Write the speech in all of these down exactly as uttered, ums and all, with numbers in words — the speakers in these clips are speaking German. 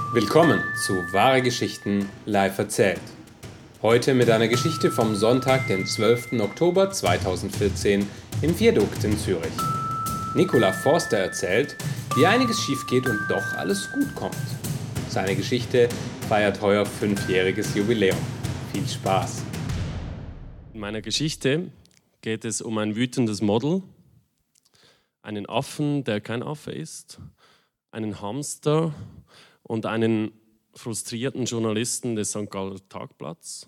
Willkommen zu Wahre Geschichten live erzählt. Heute mit einer Geschichte vom Sonntag, den zwölften Oktober zweitausendvierzehn im Viadukt in Zürich. Nicola Forster erzählt, wie einiges schief geht und doch alles gut kommt. Seine Geschichte feiert heuer fünfjähriges Jubiläum. Viel Spaß! In meiner Geschichte geht es um ein wütendes Model, einen Affen, der kein Affe ist, einen Hamster und einen frustrierten Journalisten des Sankt Galler Tagblatts.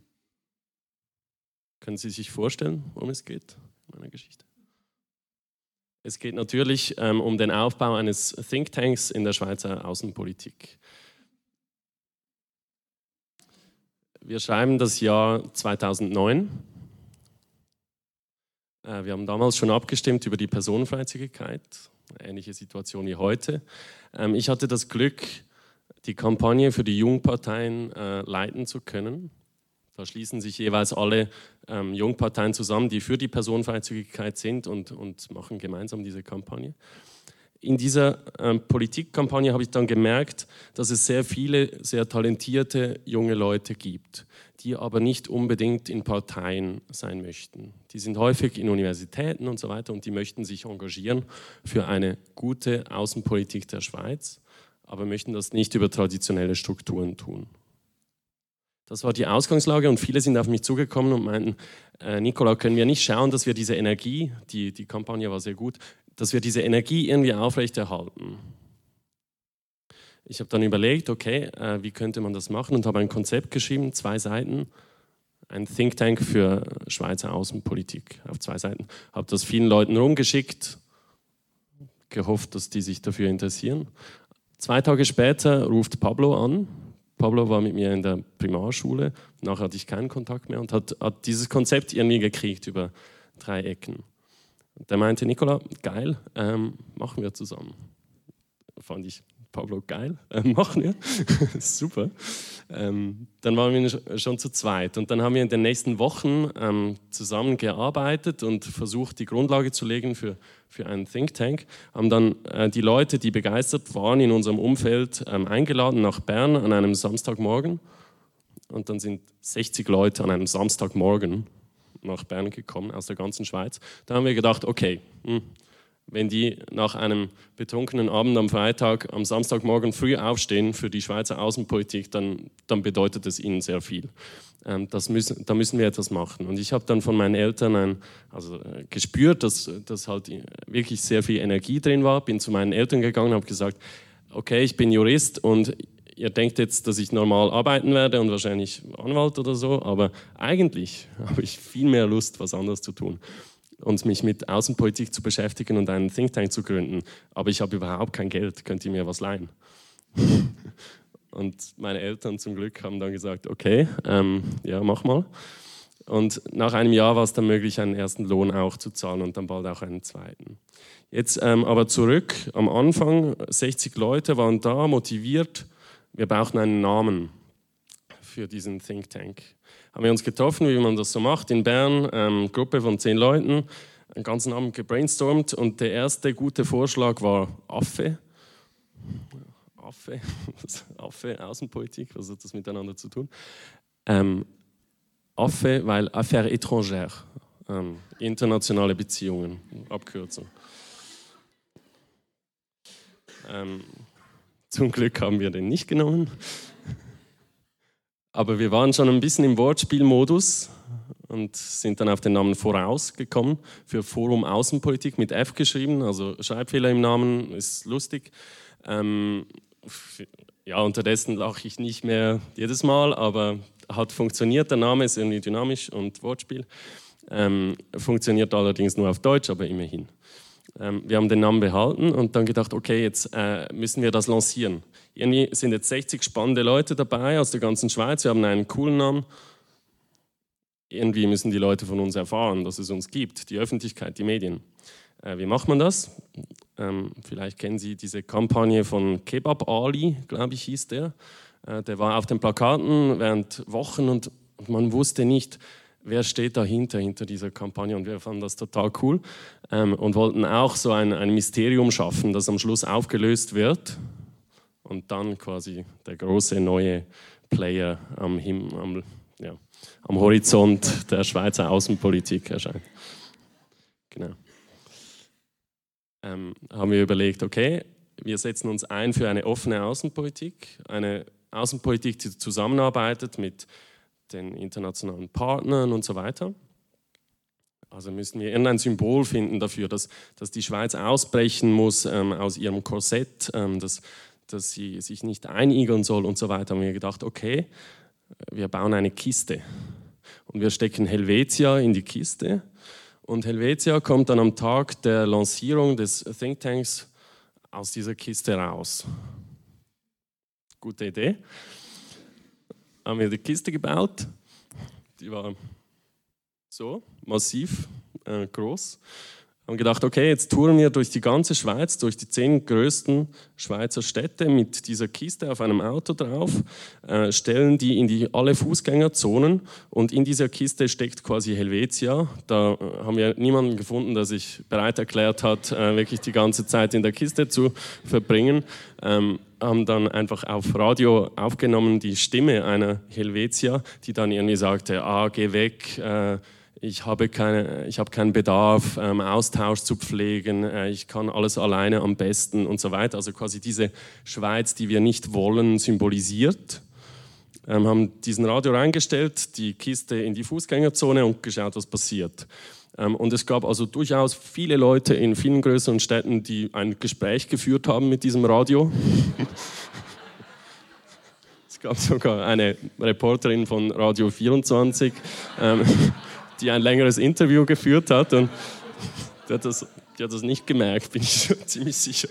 Können Sie sich vorstellen, worum es geht in meiner Geschichte? Es geht natürlich ähm, um den Aufbau eines Thinktanks in der Schweizer Außenpolitik. Wir schreiben das Jahr zweitausendneun. Äh, wir haben damals schon abgestimmt über die Personenfreizügigkeit. Ähnliche Situation wie heute. Ähm, ich hatte das Glück, die Kampagne für die Jungparteien äh, leiten zu können. Da schließen sich jeweils alle ähm, Jungparteien zusammen, die für die Personenfreizügigkeit sind und, und machen gemeinsam diese Kampagne. In dieser ähm, Politikkampagne habe ich dann gemerkt, dass es sehr viele, sehr talentierte junge Leute gibt, die aber nicht unbedingt in Parteien sein möchten. Die sind häufig in Universitäten und so weiter und die möchten sich engagieren für eine gute Außenpolitik der Schweiz, aber möchten das nicht über traditionelle Strukturen tun. Das war die Ausgangslage und viele sind auf mich zugekommen und meinten, äh, Nicola, können wir nicht schauen, dass wir diese Energie, die, die Kampagne war sehr gut, dass wir diese Energie irgendwie aufrechterhalten. Ich habe dann überlegt, okay, äh, wie könnte man das machen und habe ein Konzept geschrieben, zwei Seiten, ein Think Tank für Schweizer Außenpolitik auf zwei Seiten. Habe das vielen Leuten rumgeschickt, gehofft, dass die sich dafür interessieren. Zwei Tage später ruft Pablo an. Pablo war mit mir in der Primarschule, nachher hatte ich keinen Kontakt mehr und hat, hat dieses Konzept irgendwie gekriegt über drei Ecken. Der meinte, Nicola, geil, ähm, machen wir zusammen. Fand ich, Pablo, geil, äh, machen wir, super. Ähm, dann waren wir schon zu zweit und dann haben wir in den nächsten Wochen ähm, zusammengearbeitet und versucht, die Grundlage zu legen für, für einen Think Tank. Haben dann äh, die Leute, die begeistert waren in unserem Umfeld, ähm, eingeladen nach Bern an einem Samstagmorgen und dann sind sechzig Leute an einem Samstagmorgen nach Bern gekommen, aus der ganzen Schweiz. Da haben wir gedacht, okay, mh, wenn die nach einem betrunkenen Abend am Freitag am Samstagmorgen früh aufstehen für die Schweizer Außenpolitik, dann, dann bedeutet es ihnen sehr viel. Ähm, das müssen, da müssen wir etwas machen. Und ich habe dann von meinen Eltern ein, also, äh, gespürt, dass, dass halt wirklich sehr viel Energie drin war. Bin zu meinen Eltern gegangen und habe gesagt, okay, ich bin Jurist und ihr denkt jetzt, dass ich normal arbeiten werde und wahrscheinlich Anwalt oder so, aber eigentlich habe ich viel mehr Lust, was anderes zu tun und mich mit Außenpolitik zu beschäftigen und einen Think Tank zu gründen. Aber ich habe überhaupt kein Geld, könnt ihr mir was leihen? Und meine Eltern zum Glück haben dann gesagt, okay, ähm, ja, mach mal. Und nach einem Jahr war es dann möglich, einen ersten Lohn auch zu zahlen und dann bald auch einen zweiten. Jetzt ähm, aber zurück, am Anfang, sechzig Leute waren da, motiviert. Wir brauchten einen Namen für diesen Think Tank. Haben wir uns getroffen, wie man das so macht, in Bern, ähm, Gruppe von zehn Leuten, einen ganzen Abend gebrainstormt und der erste gute Vorschlag war Affe. Affe, Affe, Außenpolitik, was hat das miteinander zu tun? Ähm, Affe, weil Affaires étrangères, ähm, internationale Beziehungen, Abkürzung. Ähm, Zum Glück haben wir den nicht genommen. Aber wir waren schon ein bisschen im Wortspielmodus und sind dann auf den Namen Vorausgekommen, für Forum Außenpolitik mit F geschrieben, also Schreibfehler im Namen, ist lustig. Ähm, ja, unterdessen lache ich nicht mehr jedes Mal, aber hat funktioniert, der Name ist irgendwie dynamisch und Wortspiel. Ähm, funktioniert allerdings nur auf Deutsch, aber immerhin. Ähm, wir haben den Namen behalten und dann gedacht, okay, jetzt äh, müssen wir das lancieren. Irgendwie sind jetzt sechzig spannende Leute dabei aus der ganzen Schweiz. Wir haben einen coolen Namen. Irgendwie müssen die Leute von uns erfahren, dass es uns gibt, die Öffentlichkeit, die Medien. Äh, wie macht man das? Ähm, vielleicht kennen Sie diese Kampagne von Kebab Ali, glaube ich, hieß der. Äh, der war auf den Plakaten während Wochen und, und man wusste nicht, wer steht dahinter, hinter dieser Kampagne, und wir fanden das total cool ähm, und wollten auch so ein, ein Mysterium schaffen, das am Schluss aufgelöst wird und dann quasi der große neue Player am, Him- am, ja, am Horizont der Schweizer Außenpolitik erscheint. Genau. Ähm, haben wir überlegt, okay, wir setzen uns ein für eine offene Außenpolitik, eine Außenpolitik, die zusammenarbeitet mit den internationalen Partnern und so weiter. Also müssen wir irgendein Symbol finden dafür, dass, dass die Schweiz ausbrechen muss ähm, aus ihrem Korsett, ähm, dass, dass sie sich nicht einigeln soll und so weiter. Haben wir gedacht, okay, wir bauen eine Kiste und wir stecken Helvetia in die Kiste. Und Helvetia kommt dann am Tag der Lancierung des Thinktanks aus dieser Kiste raus. Gute Idee. Haben wir die Kiste gebaut. Die war so massiv, äh, groß. Haben gedacht, okay, jetzt touren wir durch die ganze Schweiz, durch die zehn größten Schweizer Städte mit dieser Kiste auf einem Auto drauf, äh, stellen die in die alle Fußgängerzonen und in dieser Kiste steckt quasi Helvetia. Da äh, haben wir niemanden gefunden, der sich bereit erklärt hat, äh, wirklich die ganze Zeit in der Kiste zu verbringen. Ähm, haben dann einfach auf Radio aufgenommen die Stimme einer Helvetia, die dann irgendwie sagte, ah, geh weg, äh, Ich habe, keine, ich habe keinen Bedarf, ähm, Austausch zu pflegen, äh, ich kann alles alleine am besten und so weiter. Also quasi diese Schweiz, die wir nicht wollen, symbolisiert. Ähm, haben diesen Radio reingestellt, die Kiste in die Fußgängerzone und geschaut, was passiert. Ähm, und es gab also durchaus viele Leute in vielen größeren Städten, die ein Gespräch geführt haben mit diesem Radio. Es gab sogar eine Reporterin von Radio vierundzwanzig, ähm, die ein längeres Interview geführt hat und die hat das, die hat das nicht gemerkt, bin ich ziemlich sicher.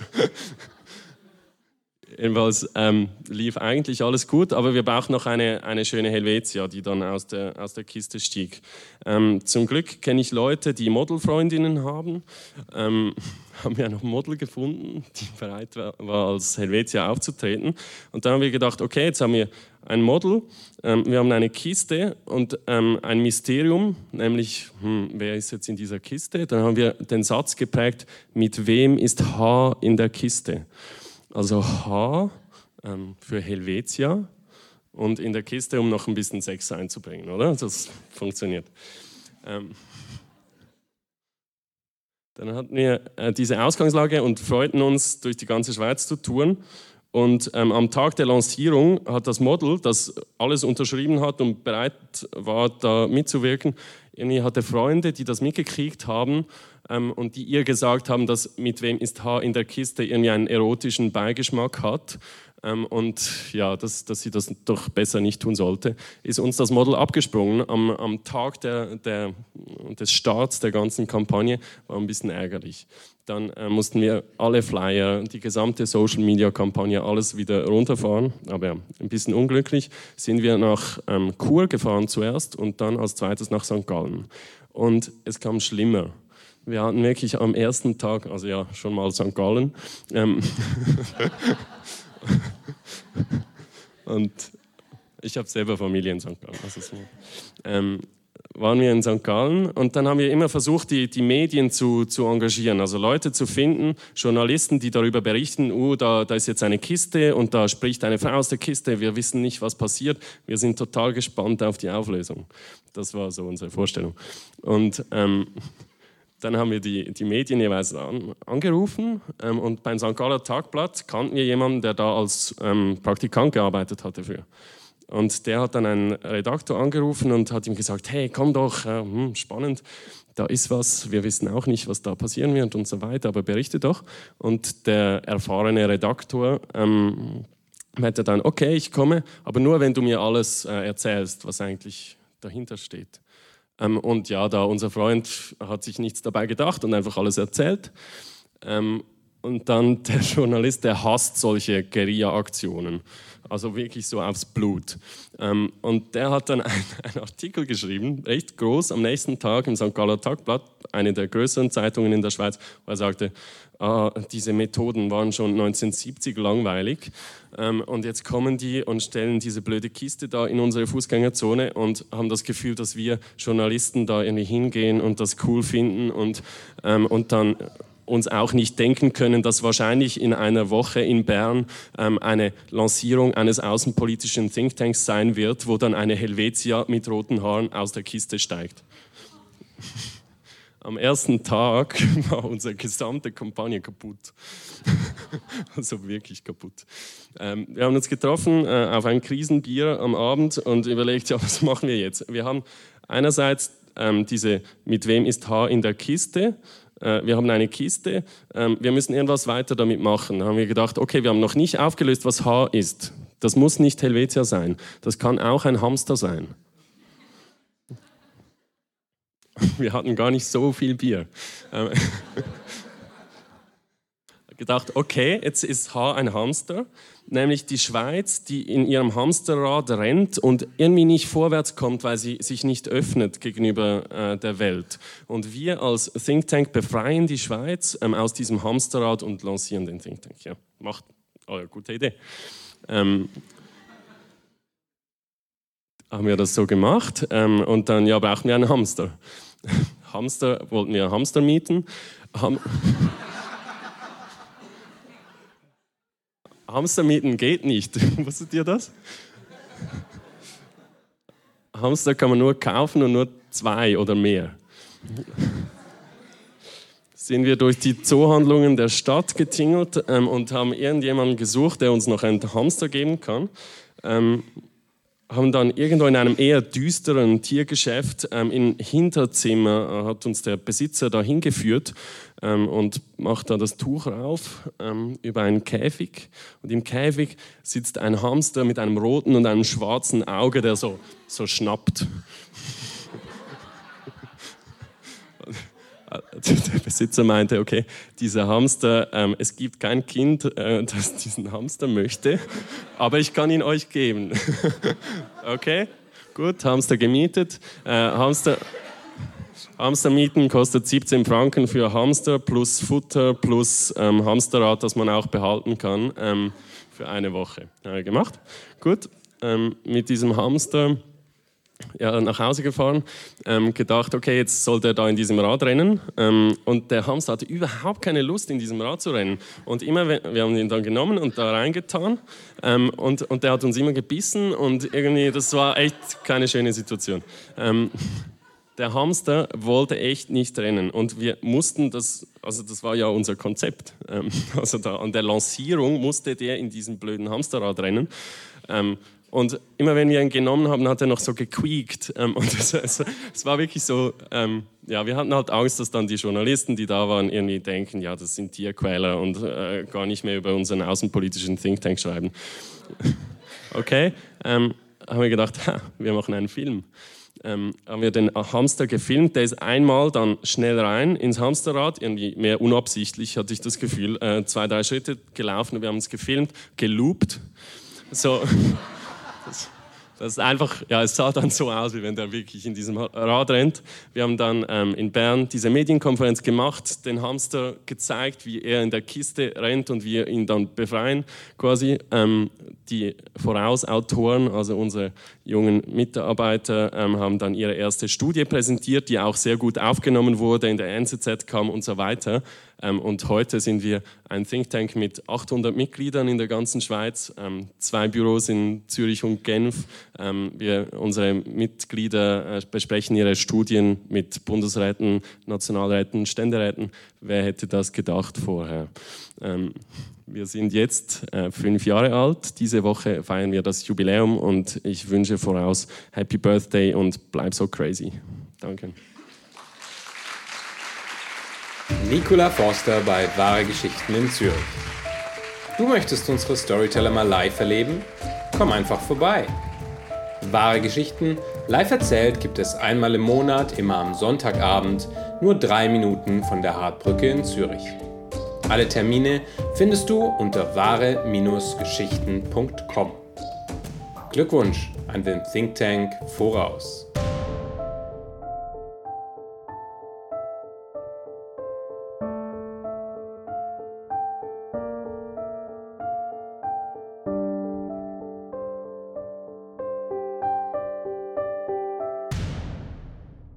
Jedenfalls ähm, lief eigentlich alles gut, aber wir brauchen noch eine, eine schöne Helvetia, die dann aus der, aus der Kiste stieg. Ähm, zum Glück kenne ich Leute, die Modelfreundinnen haben. Ähm, haben wir noch ein Model gefunden, die bereit war, war, als Helvetia aufzutreten. Und dann haben wir gedacht, okay, jetzt haben wir ein Model, ähm, wir haben eine Kiste und ähm, ein Mysterium, nämlich, hm, wer ist jetzt in dieser Kiste? Dann haben wir den Satz geprägt, mit wem ist H in der Kiste? Also H ähm, für Helvetia und in der Kiste, um noch ein bisschen Sex einzubringen, oder? Das funktioniert. Ähm, dann hatten wir äh, diese Ausgangslage und freuten uns, durch die ganze Schweiz zu touren. Und ähm, am Tag der Lancierung hat das Model, das alles unterschrieben hat und bereit war, da mitzuwirken, irgendwie hatte Freunde, die das mitgekriegt haben ähm, und die ihr gesagt haben, dass mit wem ist H in der Kiste irgendwie einen erotischen Beigeschmack hat ähm, und ja, dass, dass sie das doch besser nicht tun sollte, ist uns das Model abgesprungen. Am, am Tag der, der, des Starts der ganzen Kampagne war ein bisschen ärgerlich. Dann äh, mussten wir alle Flyer, die gesamte Social-Media-Kampagne, alles wieder runterfahren. Aber ja, ein bisschen unglücklich sind wir nach ähm, Chur gefahren zuerst und dann als zweites nach Sankt Gallen. Und es kam schlimmer. Wir hatten wirklich am ersten Tag, also ja, schon mal Sankt Gallen. Ähm und ich habe selber Familie in Sankt Gallen. Also so, ähm, waren wir in Sankt Gallen und dann haben wir immer versucht, die, die Medien zu, zu engagieren, also Leute zu finden, Journalisten, die darüber berichten, uh, da, da ist jetzt eine Kiste und da spricht eine Frau aus der Kiste, wir wissen nicht, was passiert, wir sind total gespannt auf die Auflösung. Das war so unsere Vorstellung. Und ähm, dann haben wir die, die Medien jeweils an, angerufen ähm, und beim Sankt Galler Tagblatt kannten wir jemanden, der da als ähm, Praktikant gearbeitet hatte für. Und der hat dann einen Redaktor angerufen und hat ihm gesagt, hey, komm doch, äh, hm, spannend, da ist was, wir wissen auch nicht, was da passieren wird und so weiter, aber berichte doch. Und der erfahrene Redaktor ähm, meinte dann, okay, ich komme, aber nur, wenn du mir alles äh, erzählst, was eigentlich dahinter steht. Ähm, und ja, da unser Freund hat sich nichts dabei gedacht und einfach alles erzählt. Ähm, und dann der Journalist, der hasst solche Guerilla-Aktionen. Also wirklich so aufs Blut. Ähm, und der hat dann einen, einen Artikel geschrieben, recht groß, am nächsten Tag im Sankt Galler Tagblatt, eine der größeren Zeitungen in der Schweiz, wo er sagte, ah, diese Methoden waren schon neunzehnhundertsiebzig langweilig ähm, und jetzt kommen die und stellen diese blöde Kiste da in unsere Fußgängerzone und haben das Gefühl, dass wir Journalisten da irgendwie hingehen und das cool finden und, ähm, und dann uns auch nicht denken können, dass wahrscheinlich in einer Woche in Bern ähm, eine Lancierung eines außenpolitischen Thinktanks sein wird, wo dann eine Helvetia mit roten Haaren aus der Kiste steigt. Am ersten Tag war unsere gesamte Kampagne kaputt. Also wirklich kaputt. Ähm, wir haben uns getroffen äh, auf ein Krisenbier am Abend und überlegt, ja, was machen wir jetzt? Wir haben einerseits ähm, diese "Mit wem ist H in der Kiste?" Äh, wir haben eine Kiste, ähm, wir müssen irgendwas weiter damit machen. Da haben wir gedacht, okay, wir haben noch nicht aufgelöst, was H ist. Das muss nicht Helvetia sein. Das kann auch ein Hamster sein. Wir hatten gar nicht so viel Bier. Ähm, gedacht, okay, jetzt ist H ein Hamster, nämlich die Schweiz, die in ihrem Hamsterrad rennt und irgendwie nicht vorwärts kommt, weil sie sich nicht öffnet gegenüber äh, der Welt. Und wir als Think Tank befreien die Schweiz ähm, aus diesem Hamsterrad und lancieren den Think Tank. Ja, macht, oh, gute Idee. Ähm, haben wir das so gemacht ähm, und dann ja, brauchen wir einen Hamster. Hamster, wollten wir einen Hamster mieten. Ham Hamster mieten geht nicht. Wusstet ihr das? Hamster kann man nur kaufen und nur zwei oder mehr. Sind wir durch die Zoohandlungen der Stadt getingelt ähm, und haben irgendjemanden gesucht, der uns noch einen Hamster geben kann. Ähm, haben dann irgendwo in einem eher düsteren Tiergeschäft ähm, im Hinterzimmer äh, hat uns der Besitzer da hingeführt ähm, und macht da das Tuch rauf ähm, über einen Käfig. Und im Käfig sitzt ein Hamster mit einem roten und einem schwarzen Auge, der so, so schnappt. Der Besitzer meinte, okay, dieser Hamster, ähm, es gibt kein Kind, äh, das diesen Hamster möchte, aber ich kann ihn euch geben. Okay, gut, Hamster gemietet. Äh, Hamster, Hamster mieten kostet siebzehn Franken für Hamster plus Futter plus ähm, Hamsterrad, das man auch behalten kann, ähm, für eine Woche. Haben wir gemacht. Gut, ähm, mit diesem Hamster ja, nach Hause gefahren, ähm, gedacht, okay, jetzt sollte er da in diesem Rad rennen. Ähm, und der Hamster hatte überhaupt keine Lust, in diesem Rad zu rennen. Und immer, wir haben ihn dann genommen und da reingetan. Ähm, und, und der hat uns immer gebissen und irgendwie, das war echt keine schöne Situation. Ähm, der Hamster wollte echt nicht rennen und wir mussten das, also das war ja unser Konzept. Ähm, also da an der Lancierung musste der in diesem blöden Hamsterrad rennen. Ähm, Und immer wenn wir ihn genommen haben, hat er noch so gequiekt. Ähm, und es, es, es war wirklich so, ähm, ja, wir hatten halt Angst, dass dann die Journalisten, die da waren, irgendwie denken, ja, das sind Tierquäler und äh, gar nicht mehr über unseren außenpolitischen Think Tank schreiben. Okay, ähm, haben wir gedacht, ha, wir machen einen Film. Ähm, haben wir den Hamster gefilmt, der ist einmal dann schnell rein ins Hamsterrad, irgendwie mehr unabsichtlich, hatte ich das Gefühl, äh, zwei, drei Schritte gelaufen, wir haben es gefilmt, geloopt. So... Das, das ist einfach, ja, es sah dann so aus, wie wenn der wirklich in diesem Rad rennt. Wir haben dann ähm, in Bern diese Medienkonferenz gemacht, den Hamster gezeigt, wie er in der Kiste rennt und wir ihn dann befreien quasi. Ähm, die Vorausautoren, also unsere jungen Mitarbeiter, ähm, haben dann ihre erste Studie präsentiert, die auch sehr gut aufgenommen wurde, in der N Z Z kam und so weiter. Ähm, und heute sind wir ein Think Tank mit achthundert Mitgliedern in der ganzen Schweiz, ähm, zwei Büros in Zürich und Genf. Ähm, wir, unsere Mitglieder äh, besprechen ihre Studien mit Bundesräten, Nationalräten, Ständeräten. Wer hätte das gedacht vorher? Ähm, wir sind jetzt äh, fünf Jahre alt. Diese Woche feiern wir das Jubiläum und ich wünsche voraus Happy Birthday und bleib so crazy. Danke. Nicola Forster bei Wahre Geschichten in Zürich. Du möchtest unsere Storyteller mal live erleben? Komm einfach vorbei. Wahre Geschichten live erzählt gibt es einmal im Monat, immer am Sonntagabend, nur drei Minuten von der Hardbrücke in Zürich. Alle Termine findest du unter wahre Geschichten punkt com. Glückwunsch an den Think Tank voraus.